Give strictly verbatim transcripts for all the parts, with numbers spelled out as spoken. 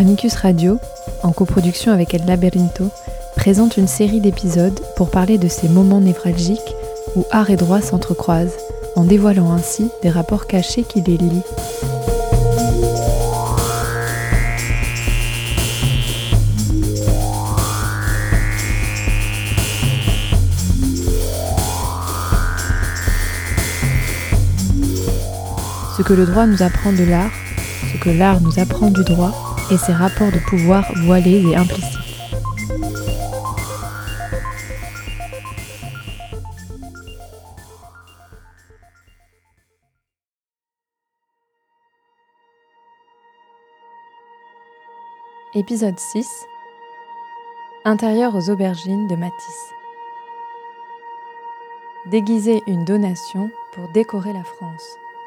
Amicus Radio, en coproduction avec El Laberinto, présente une série d'épisodes pour parler de ces moments névralgiques où art et droit s'entrecroisent, en dévoilant ainsi des rapports cachés qui les lient. Ce que le droit nous apprend de l'art, ce que l'art nous apprend du droit, et ses rapports de pouvoir voilés et implicites. Épisode six. Intérieur aux aubergines de Matisse. Déguiser une donation pour décorer la France.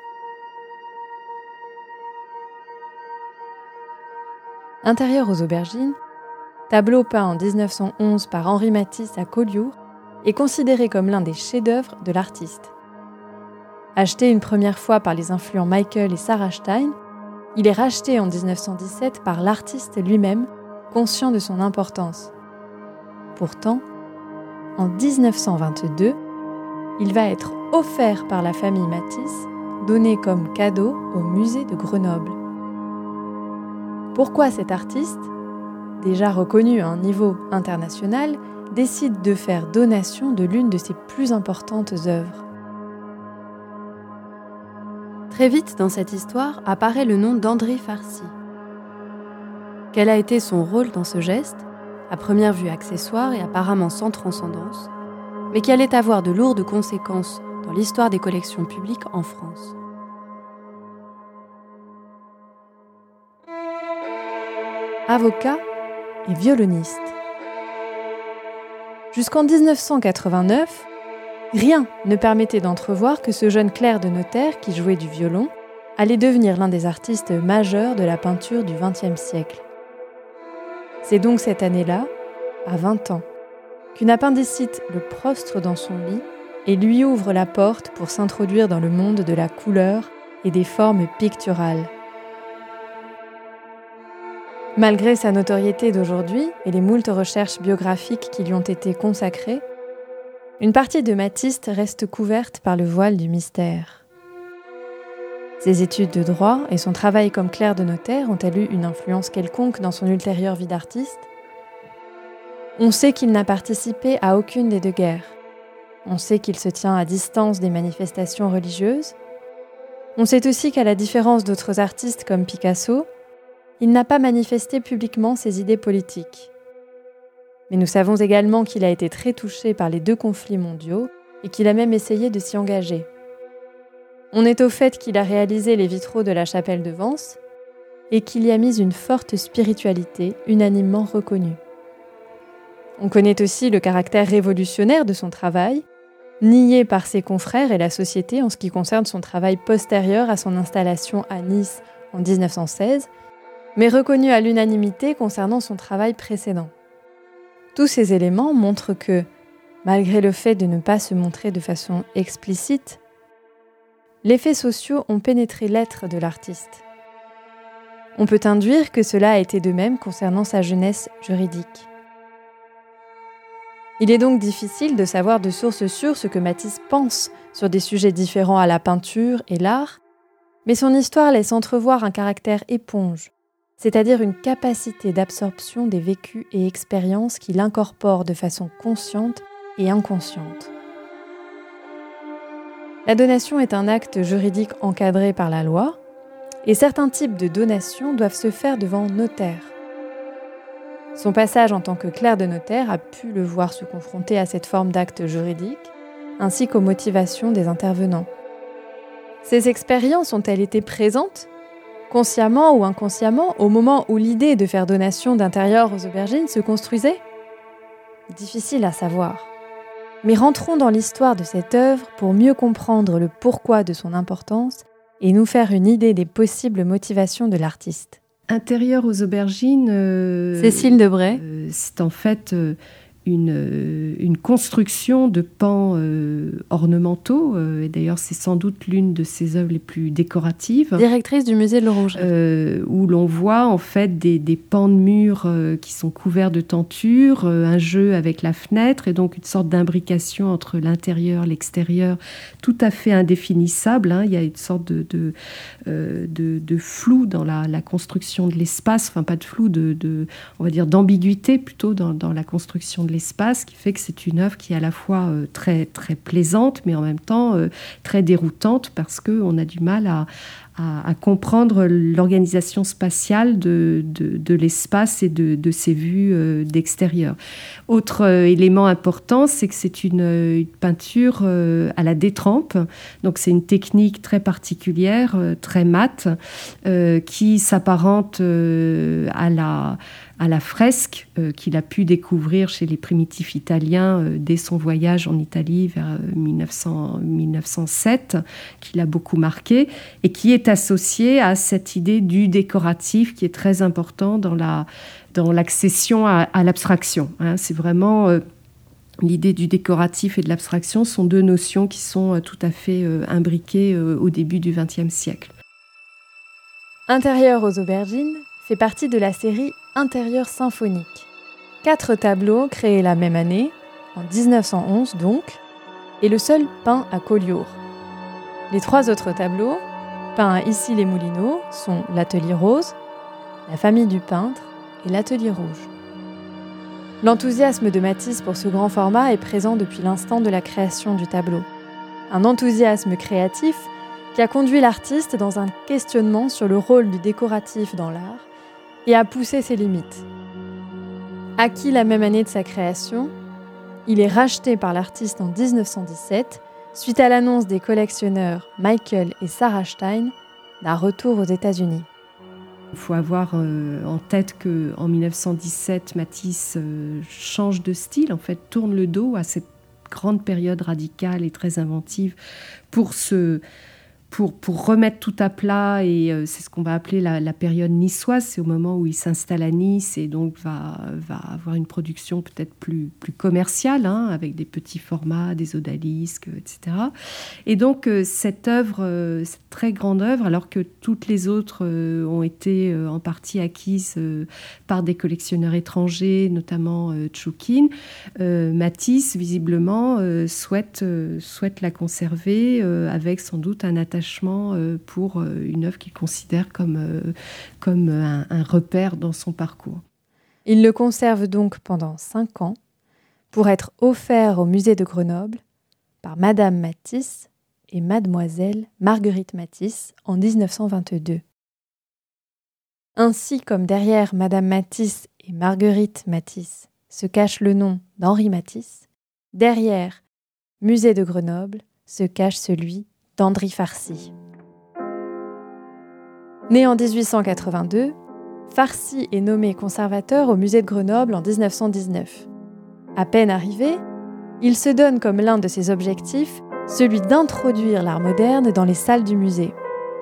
Intérieur aux aubergines, tableau peint en dix-neuf cent onze par Henri Matisse à Collioure, est considéré comme l'un des chefs-d'œuvre de l'artiste. Acheté une première fois par les influents Michael et Sarah Stein, il est racheté en dix-neuf cent dix-sept par l'artiste lui-même, conscient de son importance. Pourtant, en dix-neuf cent vingt-deux, il va être offert par la famille Matisse, donné comme cadeau au musée de Grenoble. Pourquoi cet artiste, déjà reconnu à un niveau international, décide de faire donation de l'une de ses plus importantes œuvres? Très vite dans cette histoire apparaît le nom d'André Farcy. Quel a été son rôle dans ce geste, à première vue accessoire et apparemment sans transcendance, mais qui allait avoir de lourdes conséquences dans l'histoire des collections publiques en France? Avocat et violoniste. Jusqu'en dix-neuf cent quatre-vingt-neuf, rien ne permettait d'entrevoir que ce jeune clerc de notaire qui jouait du violon allait devenir l'un des artistes majeurs de la peinture du vingtième siècle. C'est donc cette année-là, à vingt ans, qu'une appendicite le prostre dans son lit et lui ouvre la porte pour s'introduire dans le monde de la couleur et des formes picturales. Malgré sa notoriété d'aujourd'hui et les moultes recherches biographiques qui lui ont été consacrées, une partie de Matisse reste couverte par le voile du mystère. Ses études de droit et son travail comme clerc de notaire ont-elles eu une influence quelconque dans son ultérieure vie d'artiste? On sait qu'il n'a participé à aucune des deux guerres. On sait qu'il se tient à distance des manifestations religieuses. On sait aussi qu'à la différence d'autres artistes comme Picasso, il n'a pas manifesté publiquement ses idées politiques. Mais nous savons également qu'il a été très touché par les deux conflits mondiaux et qu'il a même essayé de s'y engager. On est au fait qu'il a réalisé les vitraux de la chapelle de Vence et qu'il y a mis une forte spiritualité unanimement reconnue. On connaît aussi le caractère révolutionnaire de son travail, nié par ses confrères et la société en ce qui concerne son travail postérieur à son installation à Nice en dix-neuf cent seize, mais reconnu à l'unanimité concernant son travail précédent. Tous ces éléments montrent que, malgré le fait de ne pas se montrer de façon explicite, les faits sociaux ont pénétré l'être de l'artiste. On peut induire que cela a été de même concernant sa jeunesse juridique. Il est donc difficile de savoir de source sûre ce que Matisse pense sur des sujets différents à la peinture et l'art, mais son histoire laisse entrevoir un caractère éponge, c'est-à-dire une capacité d'absorption des vécus et expériences qu'il incorpore de façon consciente et inconsciente. La donation est un acte juridique encadré par la loi, et certains types de donations doivent se faire devant notaire. Son passage en tant que clerc de notaire a pu le voir se confronter à cette forme d'acte juridique, ainsi qu'aux motivations des intervenants. Ces expériences ont-elles été présentes, consciemment ou inconsciemment, au moment où l'idée de faire donation d'intérieur aux aubergines se construisait? Difficile à savoir. Mais rentrons dans l'histoire de cette œuvre pour mieux comprendre le pourquoi de son importance et nous faire une idée des possibles motivations de l'artiste. Intérieur aux aubergines... Euh, Cécile Debray. Euh, c'est en fait euh, une, euh, une construction de pans euh, ornementaux. Euh, et d'ailleurs, c'est sans doute l'une de ses œuvres les plus décoratives. Directrice du musée de l'Orangerie. Euh, où l'on voit en fait des, des pans de murs euh, qui sont couverts de tentures, euh, un jeu avec la fenêtre et donc une sorte d'imbrication entre l'intérieur et l'extérieur tout à fait indéfinissable. Hein. Il y a une sorte de, de, euh, de, de flou dans la, la construction de l'espace, enfin pas de flou, de, de, on va dire d'ambiguïté plutôt dans, dans la construction de l'espace, qui fait que c'est une œuvre qui est à la fois euh, très, très plaisante, mais en même temps euh, très déroutante, parce qu'on a du mal à, à, à comprendre l'organisation spatiale de, de, de l'espace et de, de ses vues euh, d'extérieur. Autre euh, élément important, c'est que c'est une, une peinture euh, à la détrempe, donc c'est une technique très particulière, euh, très mate, euh, qui s'apparente euh, à la... à la fresque euh, qu'il a pu découvrir chez les primitifs italiens euh, dès son voyage en Italie vers euh, mille neuf cents, mille neuf cent sept, qui l'a beaucoup marqué, et qui est associé à cette idée du décoratif qui est très important dans, la, dans l'accession à, à l'abstraction. Hein. C'est vraiment... Euh, L'idée du décoratif et de l'abstraction sont deux notions qui sont euh, tout à fait euh, imbriquées euh, au début du vingtième siècle. Intérieur aux aubergines fait partie de la série Intérieur symphonique. Quatre tableaux créés la même année, en dix-neuf cent onze donc, et le seul peint à Collioure. Les trois autres tableaux, peints à Issy-les-Moulineaux, sont l'Atelier rose, La famille du peintre et l'Atelier rouge. L'enthousiasme de Matisse pour ce grand format est présent depuis l'instant de la création du tableau. Un enthousiasme créatif qui a conduit l'artiste dans un questionnement sur le rôle du décoratif dans l'art et a poussé ses limites. Acquis la même année de sa création, il est racheté par l'artiste en dix-neuf cent dix-sept, suite à l'annonce des collectionneurs Michael et Sarah Stein d'un retour aux États-Unis. Il faut avoir euh, en tête qu'en mille neuf cent dix-sept, Matisse euh, change de style, en fait, tourne le dos à cette grande période radicale et très inventive pour se... Pour, pour remettre tout à plat, et euh, c'est ce qu'on va appeler la, la période niçoise. C'est au moment où il s'installe à Nice et donc va, va avoir une production peut-être plus, plus commerciale, hein, avec des petits formats, des odalisques, et cetera. Et donc euh, cette œuvre, euh, cette très grande œuvre, alors que toutes les autres euh, ont été euh, en partie acquises euh, par des collectionneurs étrangers, notamment euh, Tchoukine, euh, Matisse, visiblement, euh, souhaite, euh, souhaite la conserver euh, avec sans doute un attachement pour une œuvre qu'il considère comme, comme un, un repère dans son parcours. Il le conserve donc pendant cinq ans pour être offert au musée de Grenoble par Madame Matisse et Mademoiselle Marguerite Matisse en dix-neuf cent vingt-deux. Ainsi comme derrière Madame Matisse et Marguerite Matisse se cache le nom d'Henri Matisse, derrière Musée de Grenoble se cache celui d'Andry Farcy. Né en dix-huit cent quatre-vingt-deux, Farcy est nommé conservateur au musée de Grenoble en dix-neuf cent dix-neuf. À peine arrivé, il se donne comme l'un de ses objectifs celui d'introduire l'art moderne dans les salles du musée.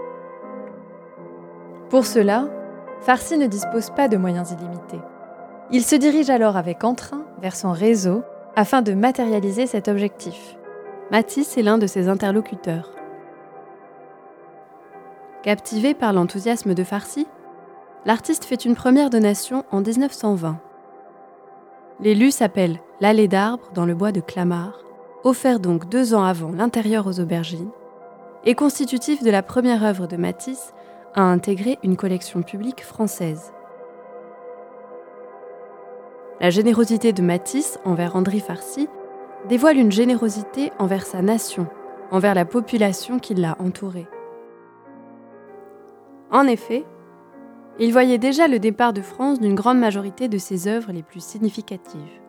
Pour cela, Farcy ne dispose pas de moyens illimités. Il se dirige alors avec entrain vers son réseau afin de matérialiser cet objectif. Matisse est l'un de ses interlocuteurs. Captivé par l'enthousiasme de Farcy, l'artiste fait une première donation en dix-neuf cent vingt. L'élu s'appelle L'Allée d'arbres dans le bois de Clamart, offert donc deux ans avant l'Intérieur aux aubergines, et constitutif de la première œuvre de Matisse à intégrer une collection publique française. La générosité de Matisse envers Andry Farcy dévoile une générosité envers sa nation, envers la population qui l'a entouré. En effet, il voyait déjà le départ de France d'une grande majorité de ses œuvres les plus significatives.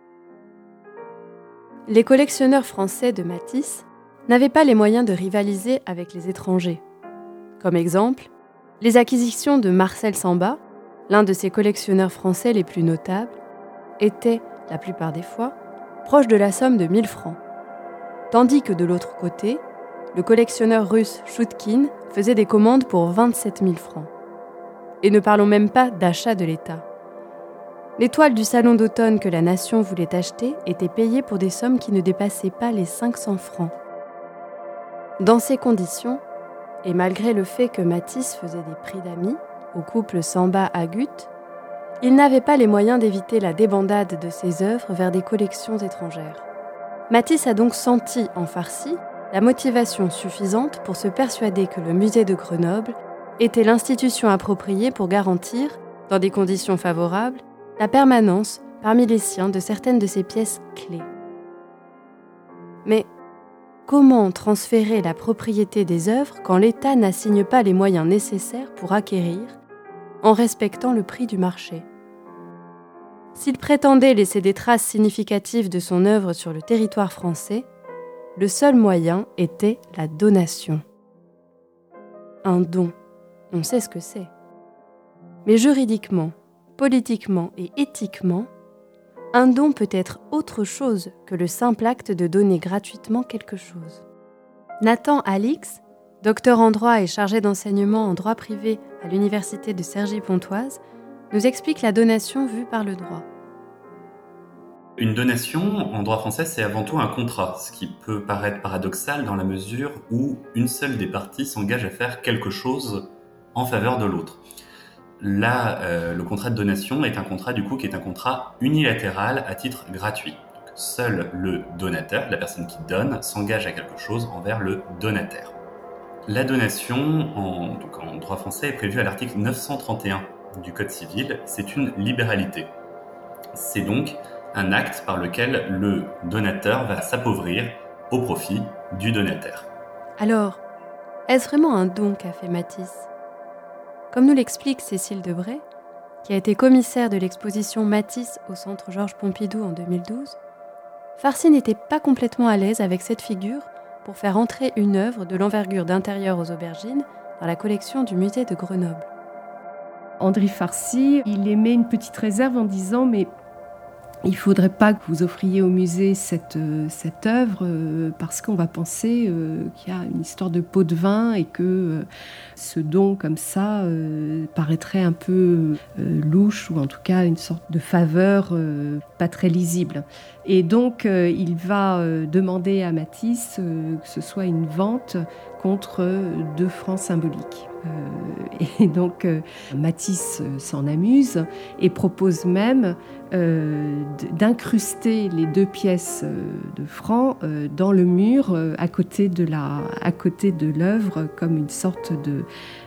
Les collectionneurs français de Matisse n'avaient pas les moyens de rivaliser avec les étrangers. Comme exemple, les acquisitions de Marcel Sembat, l'un de ses collectionneurs français les plus notables, étaient, la plupart des fois, proches de la somme de mille francs. Tandis que de l'autre côté, le collectionneur russe Choutkin faisait des commandes pour vingt-sept mille francs. Et ne parlons même pas d'achat de l'État. Les toiles du salon d'automne que la nation voulait acheter étaient payées pour des sommes qui ne dépassaient pas les cinq cents francs. Dans ces conditions, et malgré le fait que Matisse faisait des prix d'amis au couple Samba-Agut, il n'avait pas les moyens d'éviter la débandade de ses œuvres vers des collections étrangères. Matisse a donc senti en Farcy la motivation suffisante pour se persuader que le musée de Grenoble était l'institution appropriée pour garantir, dans des conditions favorables, la permanence parmi les siens de certaines de ses pièces clés. Mais comment transférer la propriété des œuvres quand l'État n'assigne pas les moyens nécessaires pour acquérir, en respectant le prix du marché ? S'il prétendait laisser des traces significatives de son œuvre sur le territoire français, le seul moyen était la donation. Un don, on sait ce que c'est. Mais juridiquement, politiquement et éthiquement, un don peut être autre chose que le simple acte de donner gratuitement quelque chose. Nathan Alix, docteur en droit et chargé d'enseignement en droit privé à l'université de Cergy-Pontoise, nous explique la donation vue par le droit. Une donation, en droit français, c'est avant tout un contrat, ce qui peut paraître paradoxal dans la mesure où une seule des parties s'engage à faire quelque chose en faveur de l'autre. Là, euh, le contrat de donation est un contrat du coup qui est un contrat unilatéral à titre gratuit. Donc, seul le donateur, la personne qui donne, s'engage à quelque chose envers le donataire. La donation, en, donc en droit français, est prévue à l'article neuf cent trente et un du Code civil. C'est une libéralité. C'est donc un acte par lequel le donateur va s'appauvrir au profit du donataire. Alors, est-ce vraiment un don qu'a fait Matisse ? Comme nous l'explique Cécile Debray, qui a été commissaire de l'exposition Matisse au Centre Georges Pompidou en deux mille douze, Farcy n'était pas complètement à l'aise avec cette figure pour faire entrer une œuvre de l'envergure d'Intérieur aux Aubergines dans la collection du musée de Grenoble. André Farcy, il émet une petite réserve en disant « mais il ne faudrait pas que vous offriez au musée cette, cette œuvre euh, parce qu'on va penser euh, qu'il y a une histoire de pot de vin et que euh, ce don comme ça euh, paraîtrait un peu euh, louche ou en tout cas une sorte de faveur euh, pas très lisible. » Et donc euh, il va euh, demander à Matisse euh, que ce soit une vente contre deux francs symboliques. Euh, et donc euh, Matisse s'en amuse et propose même euh, d'incruster les deux pièces de francs euh, dans le mur euh, à côté de la, à côté de l'œuvre comme une sorte de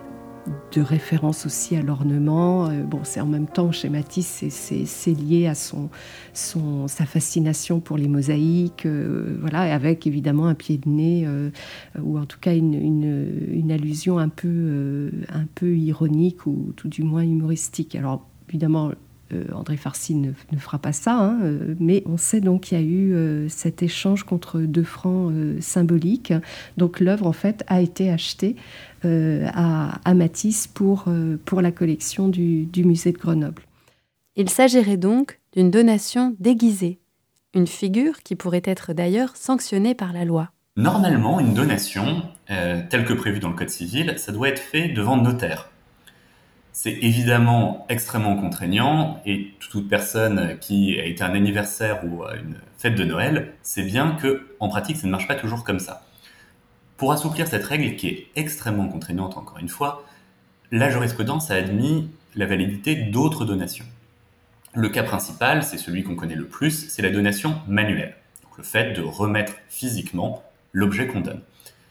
de référence aussi à l'ornement. Euh, bon, c'est en même temps, chez Matisse, c'est, c'est, c'est lié à son, son, sa fascination pour les mosaïques, euh, voilà, avec évidemment un pied de nez, euh, ou en tout cas une, une, une allusion un peu, euh, un peu ironique ou tout du moins humoristique. Alors, évidemment, Euh, André Farcy ne, ne fera pas ça, hein, euh, mais on sait donc qu'il y a eu euh, cet échange contre deux francs euh, symboliques. Donc l'œuvre, en fait, a été achetée euh, à, à Matisse pour, euh, pour la collection du, du musée de Grenoble. Il s'agirait donc d'une donation déguisée, une figure qui pourrait être d'ailleurs sanctionnée par la loi. Normalement, une donation, euh, telle que prévue dans le Code civil, ça doit être fait devant notaire. C'est évidemment extrêmement contraignant et toute personne qui a été à un anniversaire ou à une fête de Noël sait bien que, en pratique, ça ne marche pas toujours comme ça. Pour assouplir cette règle qui est extrêmement contraignante, encore une fois, la jurisprudence a admis la validité d'autres donations. Le cas principal, c'est celui qu'on connaît le plus, c'est la donation manuelle. Donc le fait de remettre physiquement l'objet qu'on donne.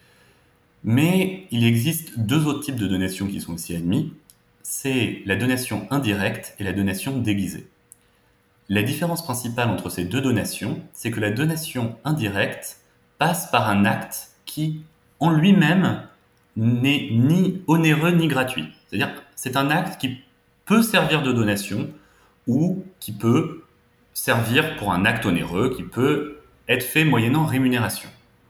Mais il existe deux autres types de donations qui sont aussi admis. C'est la donation indirecte et la donation déguisée. La différence principale entre ces deux donations, c'est que la donation indirecte passe par un acte qui, en lui-même, n'est ni onéreux ni gratuit. C'est-à-dire, c'est un acte qui peut servir de donation ou qui peut servir pour un acte onéreux, qui peut être fait moyennant rémunération.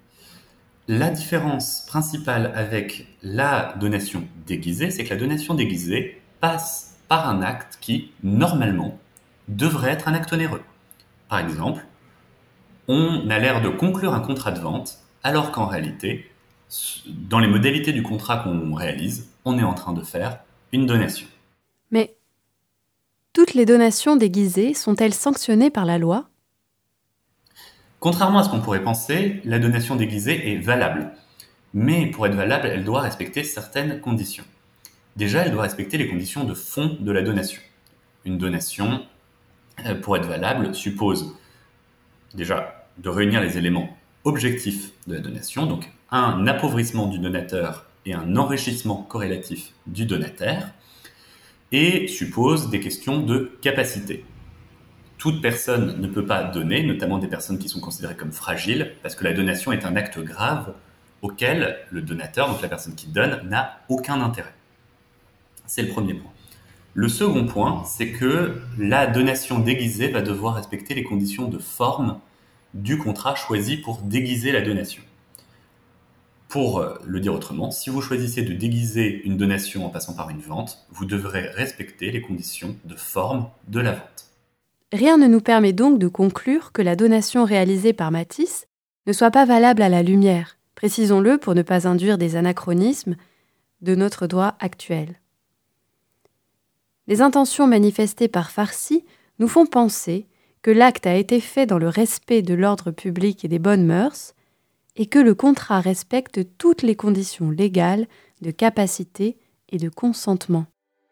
La différence principale avec la donation déguisée, c'est que la donation déguisée passe par un acte qui, normalement, devrait être un acte onéreux. Par exemple, on a l'air de conclure un contrat de vente, alors qu'en réalité, dans les modalités du contrat qu'on réalise, on est en train de faire une donation. Mais toutes les donations déguisées sont-elles sanctionnées par la loi ? Contrairement à ce qu'on pourrait penser, la donation déguisée est valable. Mais pour être valable, elle doit respecter certaines conditions. Déjà, elle doit respecter les conditions de fond de la donation. Une donation, pour être valable, suppose déjà de réunir les éléments objectifs de la donation, donc un appauvrissement du donateur et un enrichissement corrélatif du donataire, et suppose des questions de capacité. Toute personne ne peut pas donner, notamment des personnes qui sont considérées comme fragiles, parce que la donation est un acte grave auquel le donateur, donc la personne qui donne, n'a aucun intérêt. C'est le premier point. Le second point, c'est que la donation déguisée va devoir respecter les conditions de forme du contrat choisi pour déguiser la donation. Pour le dire autrement, si vous choisissez de déguiser une donation en passant par une vente, vous devrez respecter les conditions de forme de la vente. Rien ne nous permet donc de conclure que la donation réalisée par Matisse ne soit pas valable à la lumière, précisons-le pour ne pas induire des anachronismes de notre droit actuel. Les intentions manifestées par Farcy nous font penser que l'acte a été fait dans le respect de l'ordre public et des bonnes mœurs, et que le contrat respecte toutes les conditions légales de capacité et de consentement.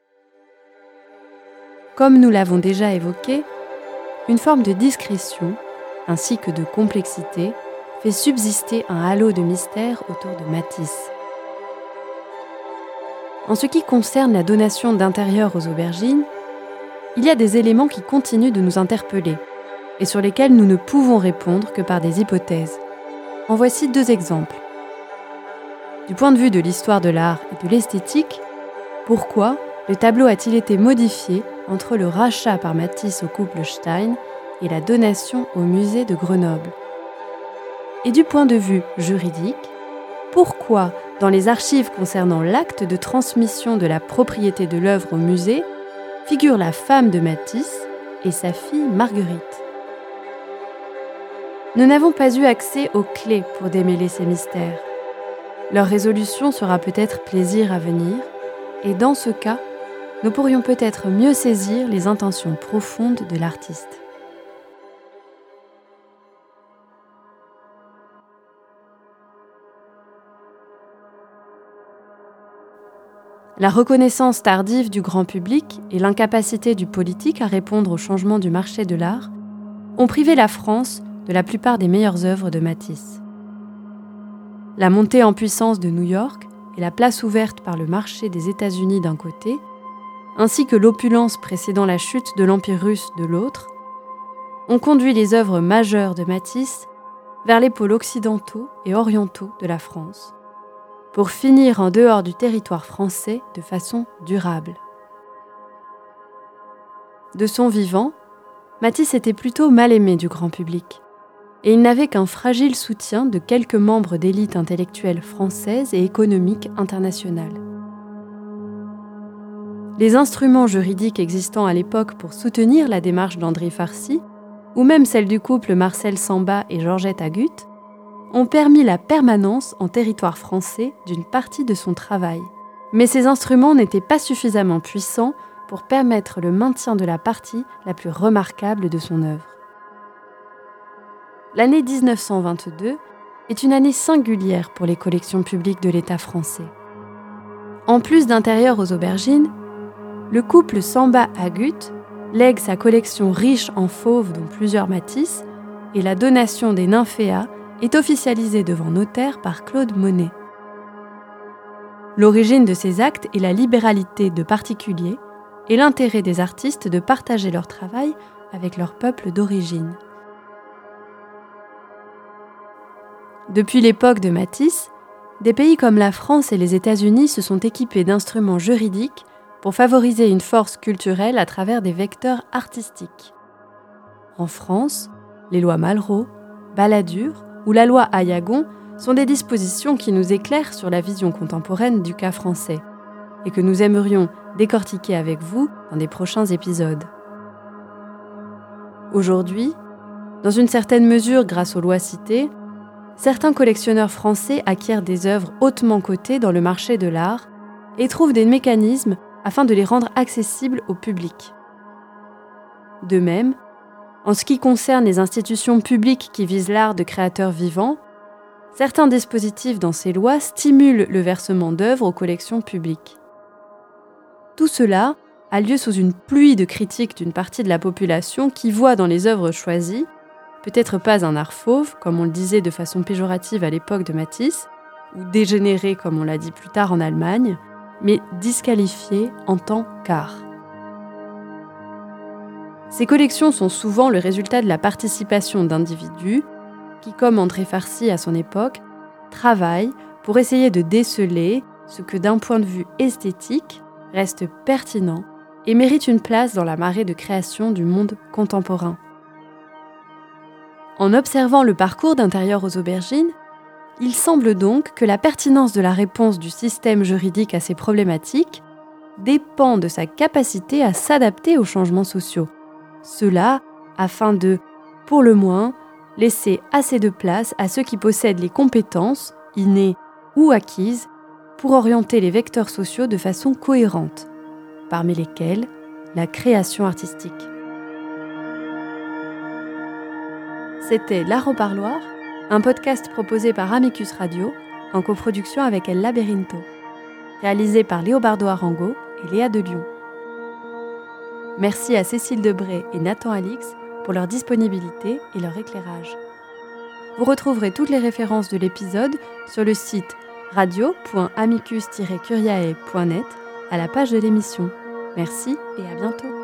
Comme nous l'avons déjà évoqué, une forme de discrétion, ainsi que de complexité, fait subsister un halo de mystère autour de Matisse. En ce qui concerne la donation d'intérieur aux aubergines, il y a des éléments qui continuent de nous interpeller et sur lesquels nous ne pouvons répondre que par des hypothèses. En voici deux exemples. Du point de vue de l'histoire de l'art et de l'esthétique, pourquoi le tableau a-t-il été modifié entre le rachat par Matisse au couple Stein et la donation au musée de Grenoble ? Et du point de vue juridique, pourquoi, dans les archives concernant l'acte de transmission de la propriété de l'œuvre au musée, figure la femme de Matisse et sa fille Marguerite ? Nous n'avons pas eu accès aux clés pour démêler ces mystères. Leur résolution sera peut-être plaisir à venir, et dans ce cas, nous pourrions peut-être mieux saisir les intentions profondes de l'artiste. La reconnaissance tardive du grand public et l'incapacité du politique à répondre au changement du marché de l'art ont privé la France de la plupart des meilleures œuvres de Matisse. La montée en puissance de New York et la place ouverte par le marché des États-Unis d'un côté, ainsi que l'opulence précédant la chute de l'Empire russe de l'autre, ont conduit les œuvres majeures de Matisse vers les pôles occidentaux et orientaux de la France, pour finir en dehors du territoire français de façon durable. De son vivant, Matisse était plutôt mal aimé du grand public, et il n'avait qu'un fragile soutien de quelques membres d'élite intellectuelle française et économique internationale. Les instruments juridiques existants à l'époque pour soutenir la démarche d'André Farcy, ou même celle du couple Marcel Samba et Georgette Agut, ont permis la permanence en territoire français d'une partie de son travail. Mais ces instruments n'étaient pas suffisamment puissants pour permettre le maintien de la partie la plus remarquable de son œuvre. L'année dix-neuf cent vingt-deux est une année singulière pour les collections publiques de l'État français. En plus d'intérieur aux aubergines, le couple Samba-Agut lègue sa collection riche en fauves dont plusieurs Matisse et la donation des nymphéas est officialisée devant notaire par Claude Monet. L'origine de ces actes est la libéralité de particuliers et l'intérêt des artistes de partager leur travail avec leur peuple d'origine. Depuis l'époque de Matisse, des pays comme la France et les États-Unis se sont équipés d'instruments juridiques pour favoriser une force culturelle à travers des vecteurs artistiques. En France, les lois Malraux, Balladur ou la loi Ayagon sont des dispositions qui nous éclairent sur la vision contemporaine du cas français et que nous aimerions décortiquer avec vous dans des prochains épisodes. Aujourd'hui, dans une certaine mesure grâce aux lois citées, certains collectionneurs français acquièrent des œuvres hautement cotées dans le marché de l'art et trouvent des mécanismes afin de les rendre accessibles au public. De même, en ce qui concerne les institutions publiques qui visent l'art de créateurs vivants, certains dispositifs dans ces lois stimulent le versement d'œuvres aux collections publiques. Tout cela a lieu sous une pluie de critiques d'une partie de la population qui voit dans les œuvres choisies, peut-être pas un art fauve, comme on le disait de façon péjorative à l'époque de Matisse, ou dégénéré, comme on l'a dit plus tard en Allemagne, mais disqualifié en tant qu'art. Ces collections sont souvent le résultat de la participation d'individus qui, comme André Farcy à son époque, travaillent pour essayer de déceler ce que d'un point de vue esthétique reste pertinent et mérite une place dans la marée de création du monde contemporain. En observant le parcours d'Intérieur aux aubergines, il semble donc que la pertinence de la réponse du système juridique à ces problématiques dépend de sa capacité à s'adapter aux changements sociaux. Cela afin de, pour le moins, laisser assez de place à ceux qui possèdent les compétences, innées ou acquises, pour orienter les vecteurs sociaux de façon cohérente, parmi lesquels la création artistique. C'était L'Art au Parloir, un podcast proposé par Amicus Radio, en coproduction avec El Laberinto, réalisé par Léobardo Arango et Léa de Lyon. Merci à Cécile Debray et Nathan Alix pour leur disponibilité et leur éclairage. Vous retrouverez toutes les références de l'épisode sur le site radio point amicus tiret curiae point net à la page de l'émission. Merci et à bientôt.